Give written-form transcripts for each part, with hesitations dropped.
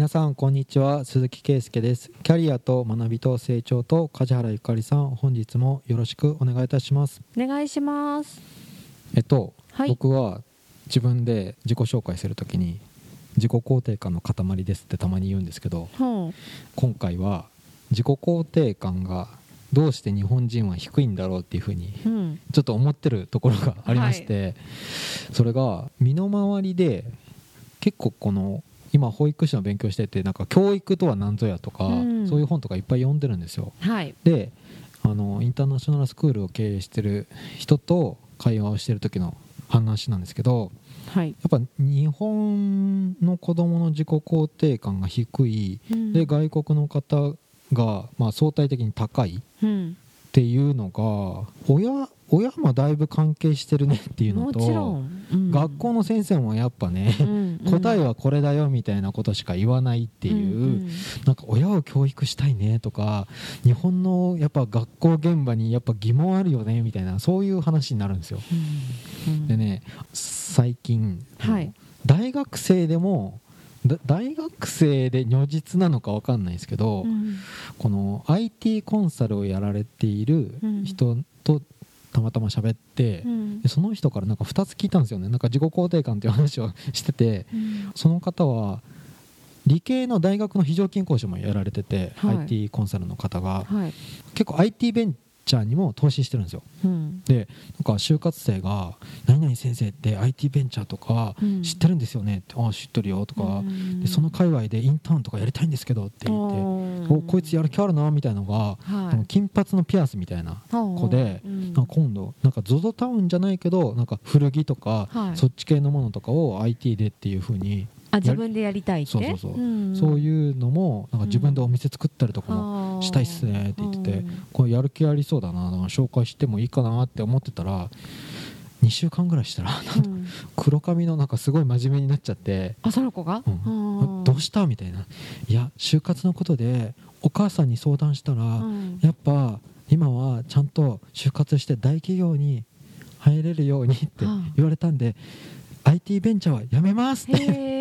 皆さんこんにちは、鈴木圭介です。キャリアと学びと成長と梶原ゆかりさん、本日もよろしくお願いいたします。 お願いします。はい、 僕は自分で自己紹介するときに自己肯定感の塊ですってたまに言うんですけど、今回は自己肯定感がどうして日本人は低いんだろうっていうふうにちょっと思ってるところがありまして、それが身の回りで結構今保育士の勉強してて、なんか教育とは何ぞやとか、そういう本とかいっぱい読んでるんですよ。でインターナショナルスクールを経営してる人と会話をしてる時の話なんですけど、やっぱ日本の子どもの自己肯定感が低い、で外国の方が相対的に高いっていうのが、親もだいぶ関係してるねっていうのと、学校の先生もやっぱね、答えはこれだよみたいなことしか言わないっていう、なんか親を教育したいねとか、日本のやっぱ学校現場にやっぱ疑問あるよねみたいな、そういう話になるんですよ。でね、最近、大学生でも大学生で如実なのか分かんないですけど、この IT コンサルをやられている人とたまたま喋って、でその人からなんか2つ聞いたんですよね。なんか自己肯定感っていう話をしてて、その方は理系の大学の非常勤講師もやられてて、IT コンサルの方が、結構 IT ベンチャーにも投資してるんですよ。でなんか就活生が何々先生って IT ベンチャーとか知ってるんですよねって、ああ知ってるよとか、でその界隈でインターンとかやりたいんですけどって言って、こいつやる気あるなみたいなのが、金髪のピアスみたいな子で、なんか今度なんか ZOZO タウンじゃないけど、なんか古着とか、そっち系のものとかを IT でっていう風に自分でやりたいって、 そういうのもなんか自分でお店作ったりとかもしたいっすねって言ってて、これやる気ありそうだな、紹介してもいいかなって思ってたら、2週間ぐらいしたら黒髪のなんかすごい真面目になっちゃって、 その子が、 どうしたみたいな、いや就活のことでお母さんに相談したら、やっぱ今はちゃんと就活して大企業に入れるようにって言われたんで、IT ベンチャーはやめますって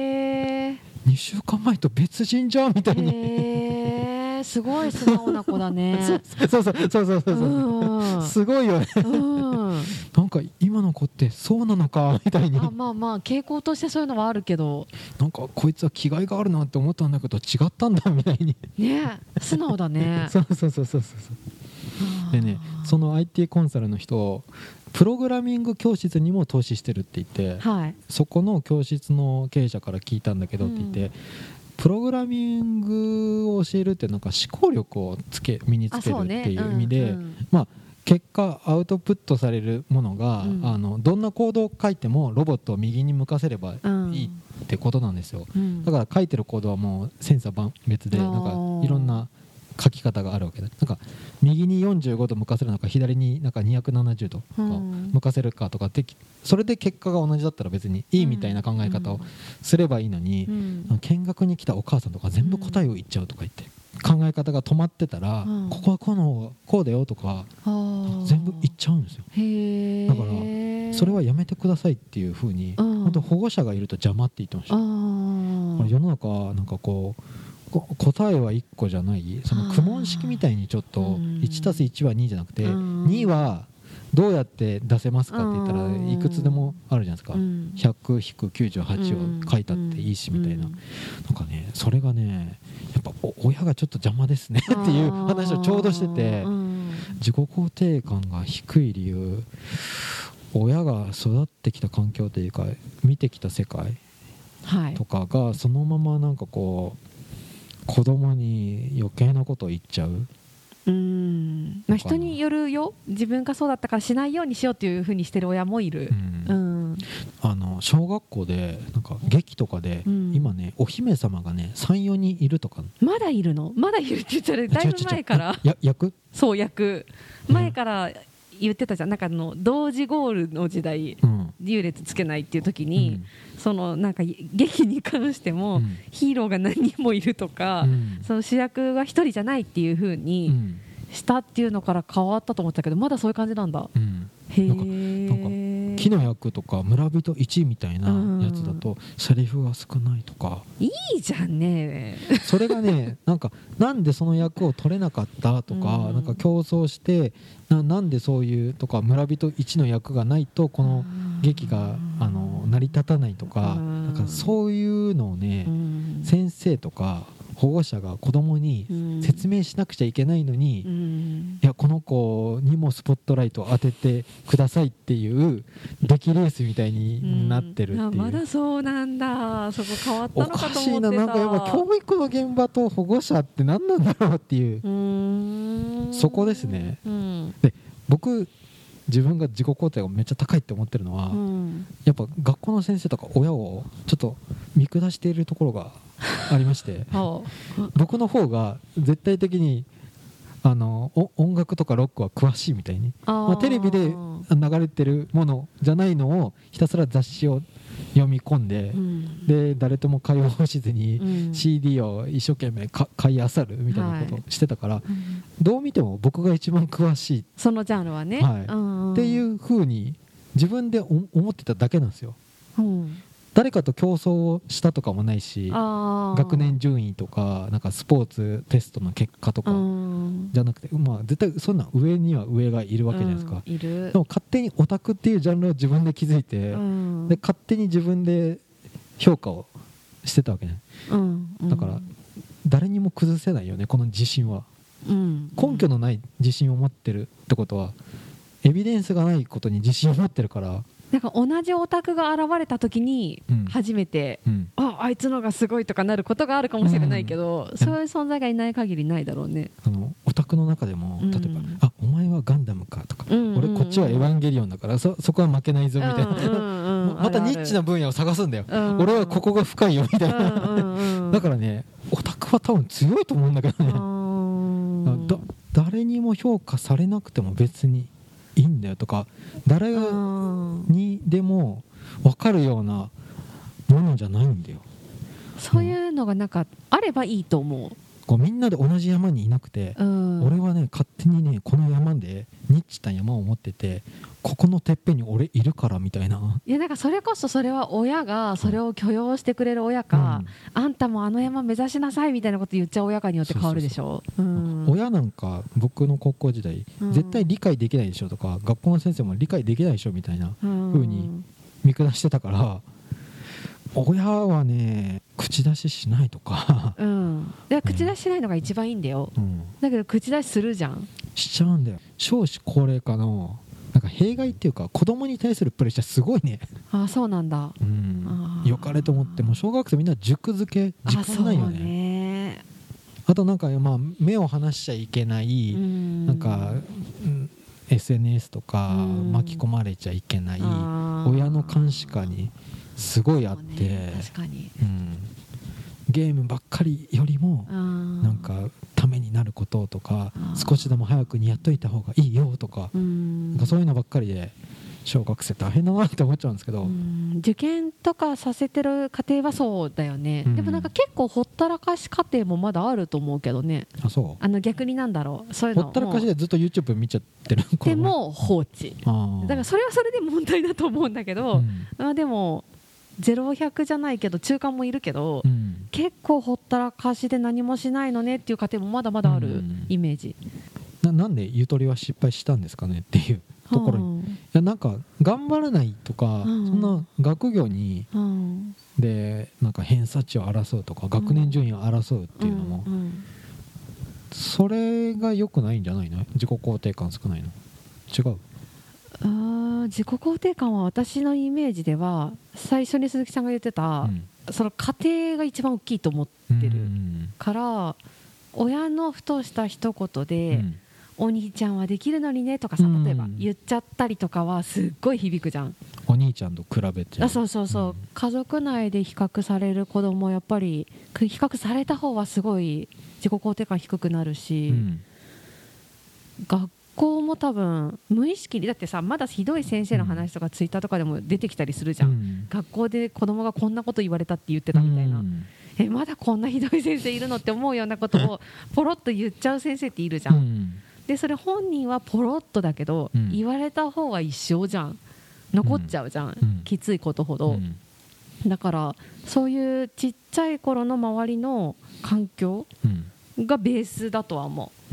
2週間前と別人じゃんみたいにすごい素直な子だねそうすごいよねなんか今の子ってそうなのかみたいに、 傾向としてそういうのはあるけど、 なんかこいつは気概があるなって思ったんだけど違ったんだみたいに素直だねそうでね、その IT コンサルの人、プログラミング教室にも投資してるって言って、そこの教室の経営者から聞いたんだけどって言って、プログラミングを教えるってなんか思考力を身につけるっていう意味で、結果アウトプットされるものが、どんなコードを書いてもロボットを右に向かせればいいってことなんですよ。だから書いてるコードはもう千差万別で、なんかいろんな書き方があるわけだ。なんか右に45度向かせるのか、左になんか270度向かせるかとかって、それで結果が同じだったら別にいいみたいな考え方をすればいいのに、見学に来たお母さんとか全部答えを言っちゃうとか言って、考え方が止まってたら、ここはこうだよとか全部言っちゃうんですよ。だからそれはやめてくださいっていう風に、本当保護者がいると邪魔って言ってました。世の中なんか答えは1個じゃない、その苦問式みたいにちょっと 1+1 は2じゃなくて、2はどうやって出せますかって言ったらいくつでもあるじゃないですか。100-98を書いたっていいしみたいな、なんかね、それがねやっぱ親がちょっと邪魔ですねっていう話をちょうどしてて、自己肯定感が低い理由、親が育ってきた環境というか見てきた世界とかがそのままなんか子供に余計なことを言っちゃう。 人によるよ。自分がそうだったからしないようにしようっていう風にしてる親もいる。 小学校でなんか劇とかで、今ねお姫様がね 3,4 人いるとか。 まだいるの？まだいるって言ったらだいぶ前から役前から言ってたじゃん。なんか同時ゴールの時代、優劣つけないっていう時に、そのなんか劇に関しても、ヒーローが何人もいるとか、その主役は一人じゃないっていう風にしたっていうのから変わったと思ったけど、まだそういう感じなんだ。 なんか木の役とか村人1みたいなやつだとセリフが少ないとか、 いいじゃんね。 それがねなんでその役を取れなかったとか、なんか競争してなんでそういうとか村人1の役がないとこの劇が成り立たないとか、なんかそういうのをね、先生とか保護者が子供に説明しなくちゃいけないのに、いやこの子にもスポットライトを当ててくださいっていう出来レースみたいになってるっていう、 まだそうなんだ。そこ変わったのかと思ってた。 おかしいな。なんかやっぱ教育の現場と保護者って何なんだろうっていう、そこですね。で僕自分が自己肯定がめっちゃ高いって思ってるのは、やっぱ学校の先生とか親をちょっと見下しているところがありまして僕の方が絶対的に音楽とかロックは詳しいみたいに、テレビで流れてるものじゃないのをひたすら雑誌を読み込んで、で誰とも会話をしずに CD を一生懸命買い漁るみたいなことをしてたから、どう見ても僕が一番詳しい、 そのジャンルはね、 っていう風に自分で思ってただけなんですよ。誰かと競争をしたとかもないし、学年順位とかなんかスポーツテストの結果とかじゃなくて、絶対そんな上には上がいるわけじゃないですか。でも勝手にオタクっていうジャンルを自分で気づいて、で勝手に自分で評価をしてたわけね。だから誰にも崩せないよね、この自信は。根拠のない自信を持ってるってことはエビデンスがないことに自信を持ってるから、 なんか同じオタクが現れた時に初めて、あいつのがすごいとかなることがあるかもしれないけど、そういう存在がいない限りないだろうね。 オタクの中でも例えば、お前はガンダムかとか、俺こっちはエヴァンゲリオンだからそこは負けないぞみたいなまたニッチな分野を探すんだよ。俺はここが深いよみたいなだからね、オタクは多分強いと思うんだけどね。誰にも評価されなくても別にいいんだよとか、誰にでも分かるようなものじゃないんだよ。 そういうのがなんかあればいいと思う。 みんなで同じ山にいなくて、俺はね勝手にねこの山でニッチな山を持ってて、ここのてっぺんに俺いるからみたいな。 いやなんかそれこそそれは親がそれを許容してくれる親か、あんたもあの山目指しなさいみたいなこと言っちゃう親かによって変わるでしょ。親なんか僕の高校時代、絶対理解できないでしょとか、学校の先生も理解できないでしょみたいな風に見下してたから、親はね口出ししないとかいや口出ししないのが一番いいんだよ。だけど口出しするじゃん。 しちゃうんだよ。少子高齢化のなんか弊害っていうか、子供に対するプレッシャーすごいね。 そうなんだ。 よかれと思っても小学生みんな塾付け時間ないよね。あとなんか目を離しちゃいけない、なんかSNS とか巻き込まれちゃいけない親の監視下にすごいあって、 確かに、 ゲームばっかりよりもなんかためになることとか、少しでも早くにやっといた方がいいよとか、なんかそういうのばっかりで小学生大変だなって思っちゃうんですけど、 受験とかさせてる家庭はそうだよね。でもなんか結構ほったらかし家庭もまだあると思うけどね。逆になんだろう、そういうのほったらかしでずっと YouTube 見ちゃってるでも放置だからそれはそれで問題だと思うんだけど、でも0-100じゃないけど中間もいるけど、結構ほったらかしで何もしないのねっていう家庭もまだまだあるイメージ。 なんでゆとりは失敗したんですかねっていうところに、いやなんか頑張らないとか、そんな学業に、でなんか偏差値を争うとか学年順位を争うっていうのも、それが良くないんじゃないの？自己肯定感少ないの？違う？ 自己肯定感は私のイメージでは最初に鈴木さんが言ってた、その家庭が一番大きいと思ってるから、親のふとした一言で、お兄ちゃんはできるのにねとかさ、例えば言っちゃったりとかはすっごい響くじゃん。 お兄ちゃんと比べて。 そう、家族内で比較される子供はやっぱり比較された方はすごい自己肯定感低くなるし、学校も多分無意識に、だってさまだひどい先生の話とかツイッターとかでも出てきたりするじゃん、学校で子供がこんなこと言われたって言ってたみたいな、まだこんなひどい先生いるのって思うようなことをポロッと言っちゃう先生っているじゃん、でそれ本人はポロッとだけど、言われた方は一緒じゃん。 残っちゃうじゃん、きついことほど、だからそういうちっちゃい頃の周りの環境がベースだとは思う。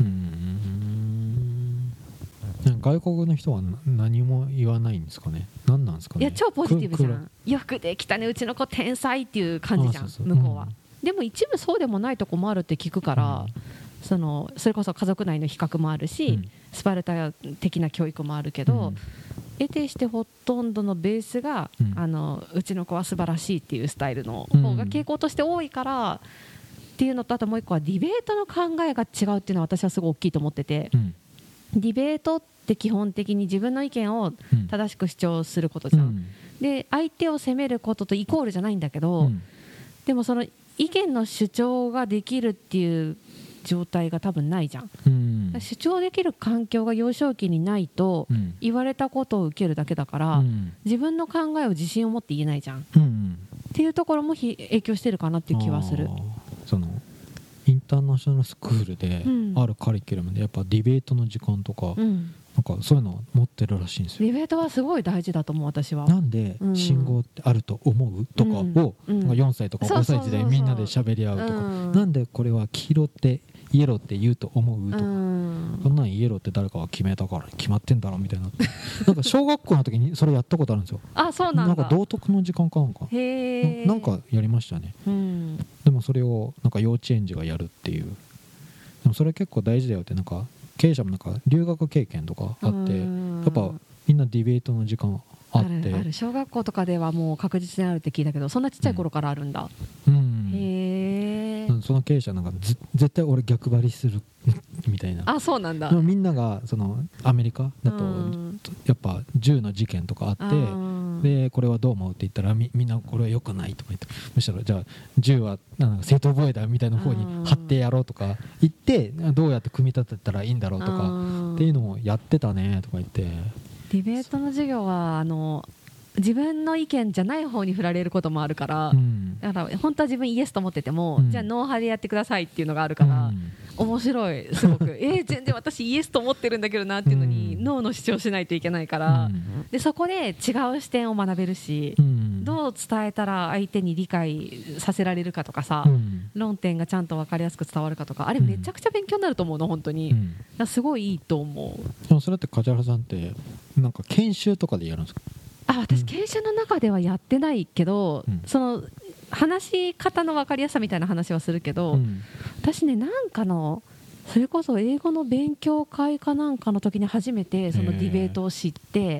外国の人は何も言わないんですかね。何なんですかね。 いや超ポジティブじゃん。よくできたねうちの子天才っていう感じじゃん、向こうは。でも一部そうでもないとこもあるって聞くから、それこそ家族内の比較もあるし、スパルタ的な教育もあるけど、得てしてほとんどのベースが、うちの子は素晴らしいっていうスタイルの方が傾向として多いから、っていうのと、あともう一個はディベートの考えが違うっていうのは私はすごい大きいと思ってて、ディベートって基本的に自分の意見を正しく主張することじゃん、で相手を責めることとイコールじゃないんだけど、でもその意見の主張ができるっていう状態が多分ないじゃん、主張できる環境が幼少期にないと、言われたことを受けるだけだから、自分の考えを自信を持って言えないじゃん、っていうところも影響してるかなっていう気はする。 そのインターナショナルスクールであるカリキュラムでやっぱディベートの時間とか、なんかそういうの持ってるらしいんですよ。 ディベートはすごい大事だと思う私は。 なんで信号ってあると思うとかを4歳とか5歳児でみんなで喋り合うとか、なんでこれは黄色ってイエローって言うと思うとか、そんなんイエローって誰かが決めたから決まってんだろみたいななんか小学校の時にそれやったことあるんですよ。 あ、そうなんだ。 なんか道徳の時間かなんか、なんかやりましたね、でもそれをなんか幼稚園児がやるっていう。でもそれ結構大事だよって、なんか経営者もなんか留学経験とかあって、やっぱみんなディベートの時間あって、 ある小学校とかではもう確実にあるって聞いたけど、そんなちっちゃい頃からあるんだ。へえ。 その経営者なんか絶対俺逆張りするみたいな。 あ、そうなんだ。 みんながそのアメリカだとやっぱ銃の事件とかあって、でこれはどう思うって言ったらみんなこれは良くないとか言って、むしろじゃあ銃は正当防衛だみたいな方に貼ってやろうとか言って、どうやって組み立てたらいいんだろうとかっていうのをやってたねとか言って。 ディベートの授業は自分の意見じゃない方に振られることもあるから、だから本当は自分イエスと思ってても、じゃあノー派でやってくださいっていうのがあるから、面白いすごく全然私イエスと思ってるんだけどなっていうのに、ノーの主張しないといけないから、でそこで違う視点を学べるし、どう伝えたら相手に理解させられるかとかさ、論点がちゃんと分かりやすく伝わるかとか、あれめちゃくちゃ勉強になると思うの本当に、すごいいいと思う。 でもそれって梶原さんってなんか研修とかでやるんですか？ 私研修の中ではやってないけど、その話し方の分かりやすさみたいな話はするけど、私ね、なんかのそれこそ英語の勉強会かなんかの時に初めてそのディベートを知って、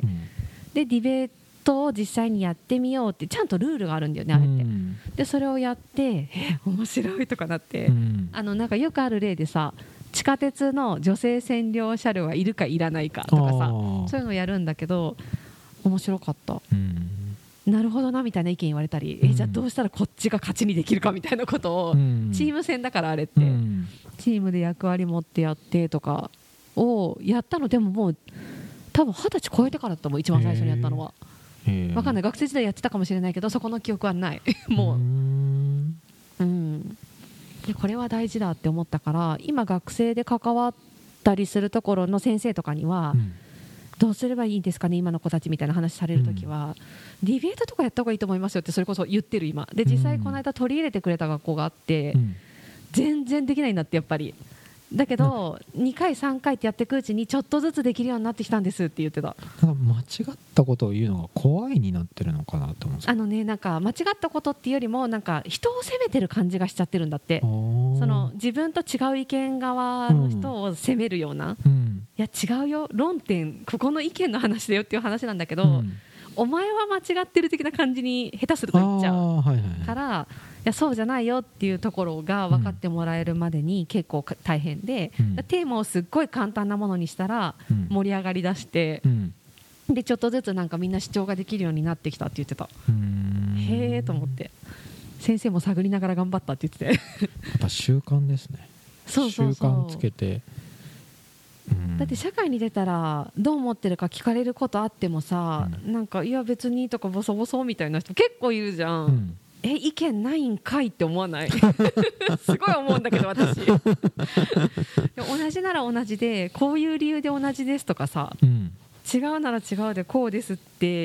でディベートを実際にやってみようって、ちゃんとルールがあるんだよねあれって、でそれをやって面白いとかなって、なんかよくある例でさ、地下鉄の女性専用車両はいるかいらないかとかさ、そういうのをやるんだけど面白かった、なるほどなみたいな意見言われたり、じゃあどうしたらこっちが勝ちにできるかみたいなことを、チーム戦だからあれって、チームで役割持ってやってとかをやったの。でももう多分20歳超えてからだと思う、一番最初にやったのは。分かんない、学生時代やってたかもしれないけどそこの記憶はないもうでこれは大事だって思ったから、今学生で関わったりするところの先生とかには、どうすればいいんですかね今の子たちみたいな話されるときは、ディベートとかやった方がいいと思いますよってそれこそ言ってる今で、実際この間取り入れてくれた学校があって、全然できないんだってやっぱり。だけど2回3回ってやっていくうちにちょっとずつできるようになってきたんですって言ってた。 なんか間違ったことを言うのが怖いになってるのかなと思うんですよ。 なんか間違ったことっていうよりも、なんか人を責めてる感じがしちゃってるんだって。その自分と違う意見側の人を責めるような、いや違うよ論点ここの意見の話だよっていう話なんだけど、お前は間違ってる的な感じに下手すると言っちゃうから、いやそうじゃないよっていうところが分かってもらえるまでに結構大変で、テーマをすっごい簡単なものにしたら盛り上がりだして、でちょっとずつなんかみんな主張ができるようになってきたって言ってた。へえと思って、先生も探りながら頑張ったって言っててやっぱ習慣ですね。習慣つけて、 だって社会に出たらどう思ってるか聞かれることあってもさ、なんかいや別にとかボソボソみたいな人結構いるじゃん、意見ないんかいって思わないすごい思うんだけど私同じなら同じでこういう理由で同じですとかさ、違うなら違うでこうですって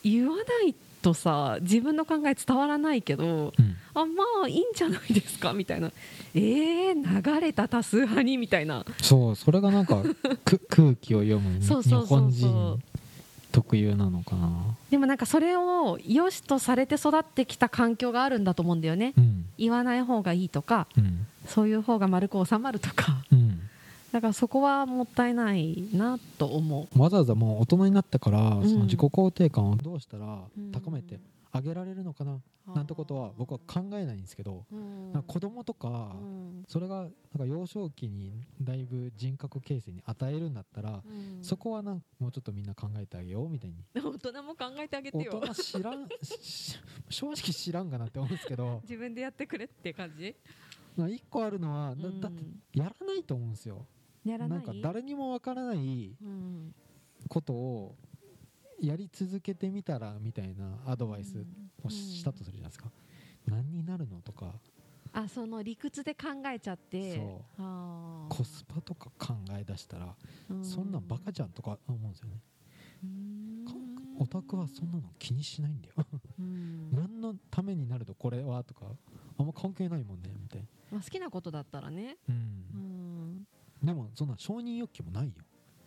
言わないとさ自分の考え伝わらないけど、まあいいんじゃないですかみたいな、流れた多数派にみたいな、 それがなんか空気を読む日本人特有なのかな。 でもなんかそれを良しとされて育ってきた環境があるんだと思うんだよね、言わない方がいいとか、そういう方が丸く収まるとか、だからそこはもったいないなと思う。わざわざもう大人になってからその自己肯定感をどうしたら高めてあげられるのかな、なんてことは僕は考えないんですけど、なんか子供とか、それがなんか幼少期にだいぶ人格形成に与えるんだったら、そこはなんかもうちょっとみんな考えてあげようみたいに。 大人も考えてあげてよ。 大人知らん正直知らんがなって思うんですけど自分でやってくれって感じ。 一個あるのはだってやらないと思うんですよ。なんか誰にもわからないことをやり続けてみたらみたいなアドバイスをしたとするじゃないですか。何になるのとか、 その理屈で考えちゃって、 コスパとか考え出したらそんなんバカじゃんとか思うんですよね。オタクはそんなの気にしないんだよ何のためになるとこれはとかあんま関係ないもんねみたいな、 好きなことだったらね、 でもそんな承認欲求もないよ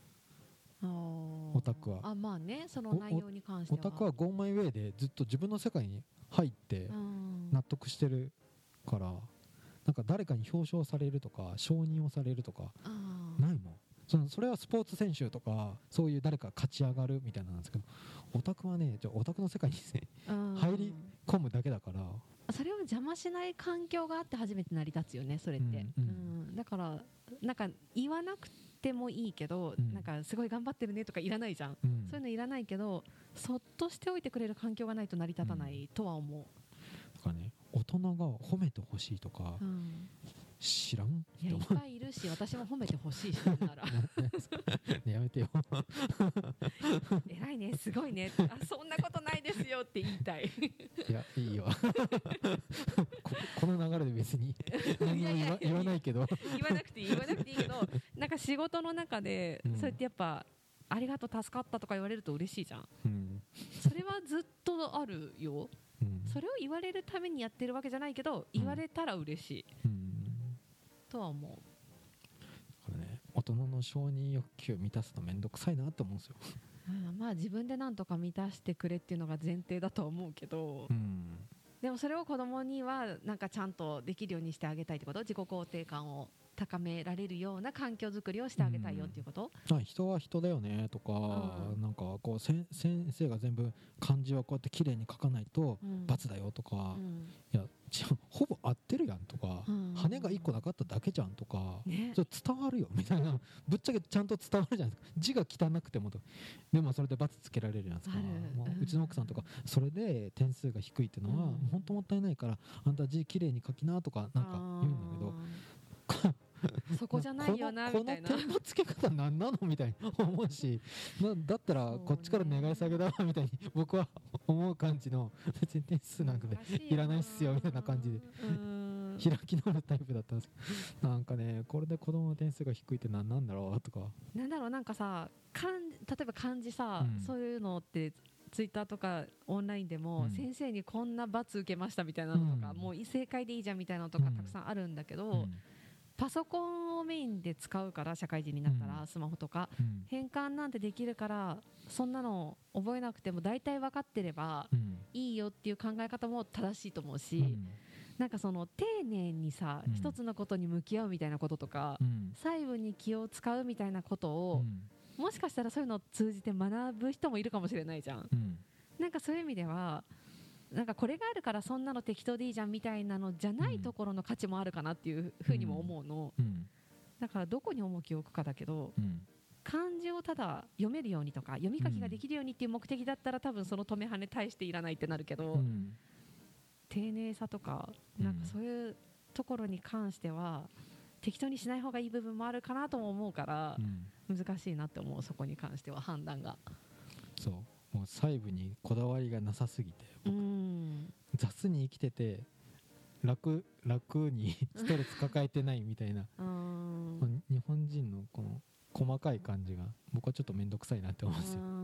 オタクは。 まあね、その内容に関してはオタクはゴーマイウェイでずっと自分の世界に入って納得してるから、なんか誰かに表彰されるとか承認をされるとかないもん。それはスポーツ選手とかそういう誰か勝ち上がるみたいなんですけど、オタクはねオタクの世界に、入り込むだけだから、 それを邪魔しない環境があって初めて成り立つよねそれって、だからなんか言わなくてもいいけど、なんかすごい頑張ってるねとかいらないじゃん、そういうのいらないけどそっとしておいてくれる環境がないと成り立たないとは思う。 だからね、大人が褒めてほしいとか、知らん。 いやいっぱいいるし私も褒めてほしいし、なんならやめてよ偉いねすごいね、そんなことないですよって言いたいいやいいよこの流れで別に何も言わないけど言わなくていいけど、なんか仕事の中で、そうやってやっぱありがとう助かったとか言われると嬉しいじゃん、それはずっとあるよ、それを言われるためにやってるわけじゃないけど言われたら嬉しい、とは思う。 これね、大人の承認欲求を満たすのめんどくさいなって思うんですよまあ自分でなんとか満たしてくれっていうのが前提だとは思うけど、でもそれを子供にはなんかちゃんとできるようにしてあげたいってこと、自己肯定感を高められるような環境づくりをしてあげたいよっていうこと、 人は人だよねとか、なんかこう先生が全部漢字はこうやって綺麗に書かないと罰だよとか、いやほぼ合ってるやんとか、羽が1個なかっただけじゃんとか、それ伝わるよみたいな、ぶっちゃけちゃんと伝わるじゃないですか。字が汚くてもと、でもそれで罰つけられるじゃないですか。うちの奥さんとかそれで点数が低いっていうのは本当もったいないから、あんた字綺麗に書きなとかなんか言うんだけどそこじゃないよなみたいな、 この点の付け方何なのみたいな思うし、だったらこっちから願い下げだわみたいに僕は思う感じの、別に点数なんかでいらないっすよみたいな感じで開き直るタイプだったんですけど、なんかね、これで子供の点数が低いって何なんだろうとか、 なんかさ、例えば漢字さ、そういうのってツイッターとかオンラインでも、先生にこんな罰受けましたみたいなのとか、もう正解でいいじゃんみたいなのとかたくさんあるんだけど、パソコンをメインで使うから、社会人になったらスマホとか、変換なんてできるから、そんなの覚えなくても大体分かってればいいよっていう考え方も正しいと思うし、なんかその丁寧にさ、一つのことに向き合うみたいなこととか、細部に気を使うみたいなことを、もしかしたらそういうのを通じて学ぶ人もいるかもしれないじゃん。なんかそういう意味ではなんかこれがあるからそんなの適当でいいじゃんみたいなのじゃないところの価値もあるかなっていうふうにも思うの、だからどこに重きを置くかだけど、漢字をただ読めるようにとか読み書きができるようにっていう目的だったら多分その止め跳ね大していらないってなるけど、丁寧さとかなんかそういうところに関しては適当にしない方がいい部分もあるかなとも思うから、難しいなって思う、そこに関しては判断が。 そう、もう細部にこだわりがなさすぎて、雑に生きてて楽にストレス抱えてないみたいな日本人のこの細かい感じが僕はちょっと面倒くさいなって思うんですよ。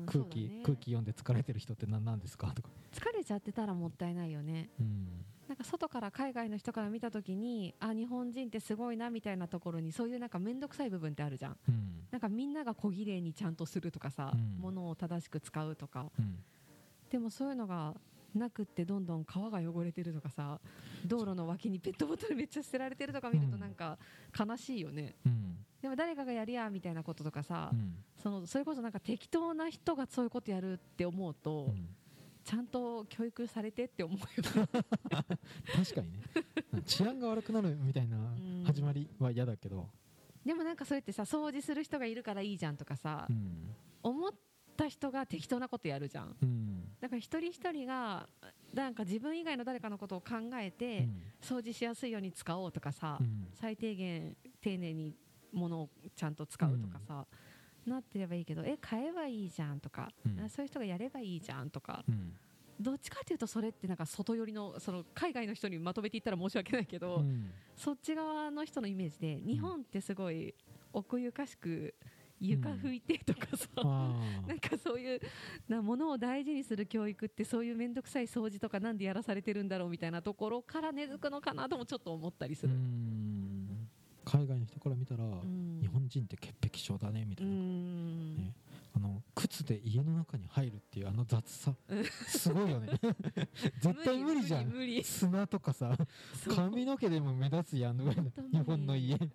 空気読んで疲れてる人って何ですかとか。 疲れちゃってたらもったいないよね、なんか外から海外の人から見た時に日本人ってすごいなみたいなところにそういうなんか面倒くさい部分ってあるじゃん、なんかみんなが小綺麗にちゃんとするとかさ、物を正しく使うとか、でもそういうのがなくってどんどん川が汚れてるとかさ、道路の脇にペットボトルめっちゃ捨てられてるとか見るとなんか悲しいよね、でも誰かがやりやみたいなこととかさ、それこそなんか適当な人がそういうことやるって思うと、ちゃんと教育されてって思うよ確かにね治安が悪くなるみたいな始まりは嫌だけど、 でもなんかそれってさ、掃除する人がいるからいいじゃんとかさ、思った人が適当なことやるじゃん、だから一人一人がなんか自分以外の誰かのことを考えて、掃除しやすいように使おうとかさ、最低限丁寧に物をちゃんと使うとかさ、なってればいいけど、買えばいいじゃんとか、そういう人がやればいいじゃんとか、どっちかというとそれってなんか外寄りの、その海外の人にまとめていったら申し訳ないけど、そっち側の人のイメージで、日本ってすごい奥ゆかしく床拭いてとかさ、なんかそういうものを大事にする教育って、そういう面倒くさい掃除とかなんでやらされてるんだろうみたいなところから根付くのかなともちょっと思ったりする。 海外の人から見たら、日本人って潔癖症だねみたいな、ね、靴で家の中に入るっていう雑さすごいよね絶対無理じゃん、砂とかさ髪の毛でも目立つやん日本の家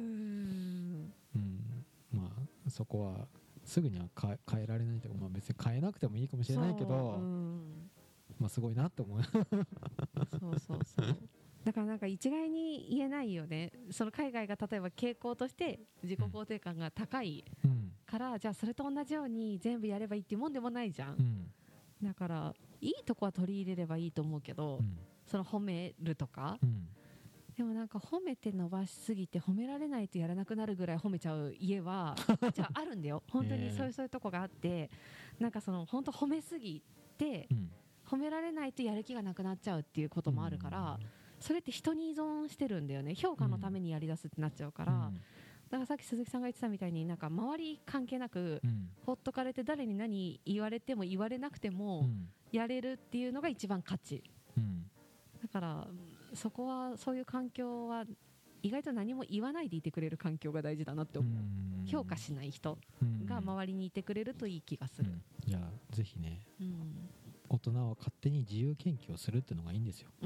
まあそこはすぐには変えられないというか、別に変えなくてもいいかもしれないけど、すごいなって思うそうだからなんか一概に言えないよね。その海外が例えば傾向として自己肯定感が高いから、じゃあそれと同じように全部やればいいっていうもんでもないじゃん、だからいいとこは取り入れればいいと思うけど、その褒めるとか、でもなんか褒めて伸ばしすぎて褒められないとやらなくなるぐらい褒めちゃう家はじゃああるんだよ本当にそういうとこがあって、なんかその本当褒めすぎて、褒められないとやる気がなくなっちゃうっていうこともあるから、それって人に依存してるんだよね。評価のためにやりだすってなっちゃうから、だからさっき鈴木さんが言ってたみたいに、なんか周り関係なく、ほっとかれて誰に何言われても言われなくてもやれるっていうのが一番価値、だからそこはそういう環境は意外と何も言わないでいてくれる環境が大事だなって思う、評価しない人が周りにいてくれるといい気がする、 いやぜひね、大人は勝手に自由研究をするっていうのがいいんですよ、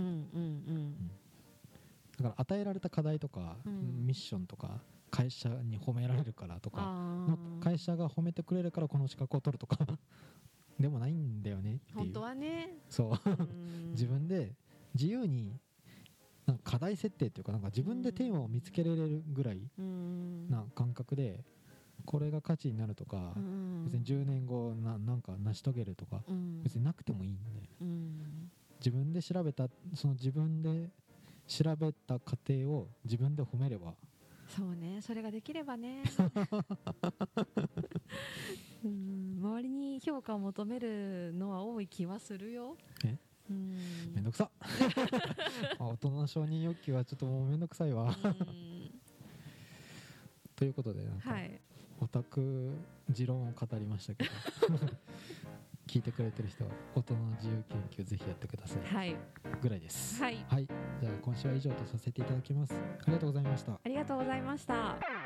だから与えられた課題とか、ミッションとか会社に褒められるからとか、会社が褒めてくれるからこの資格を取るとかでもないんだよねっていう。 本当はね、 そう自分で自由になんか課題設定っていうか、なんか自分でテーマを見つけられるぐらいな感覚で、これが価値になるとか、別に10年後なんか成し遂げるとか、別になくてもいいんで、自分で調べた自分で調べた過程を自分で褒めれば、 そうね、それができればね周りに評価を求めるのは多い気はするよ。 めんどくさ大人の承認欲求はちょっともうめんどくさいわということで、なんか、オタク持論を語りましたけど聞いてくれてる人は大人の自由研究ぜひやってください、ぐらいです。じゃあ今週は以上とさせていただきます。ありがとうございました。 ありがとうございました。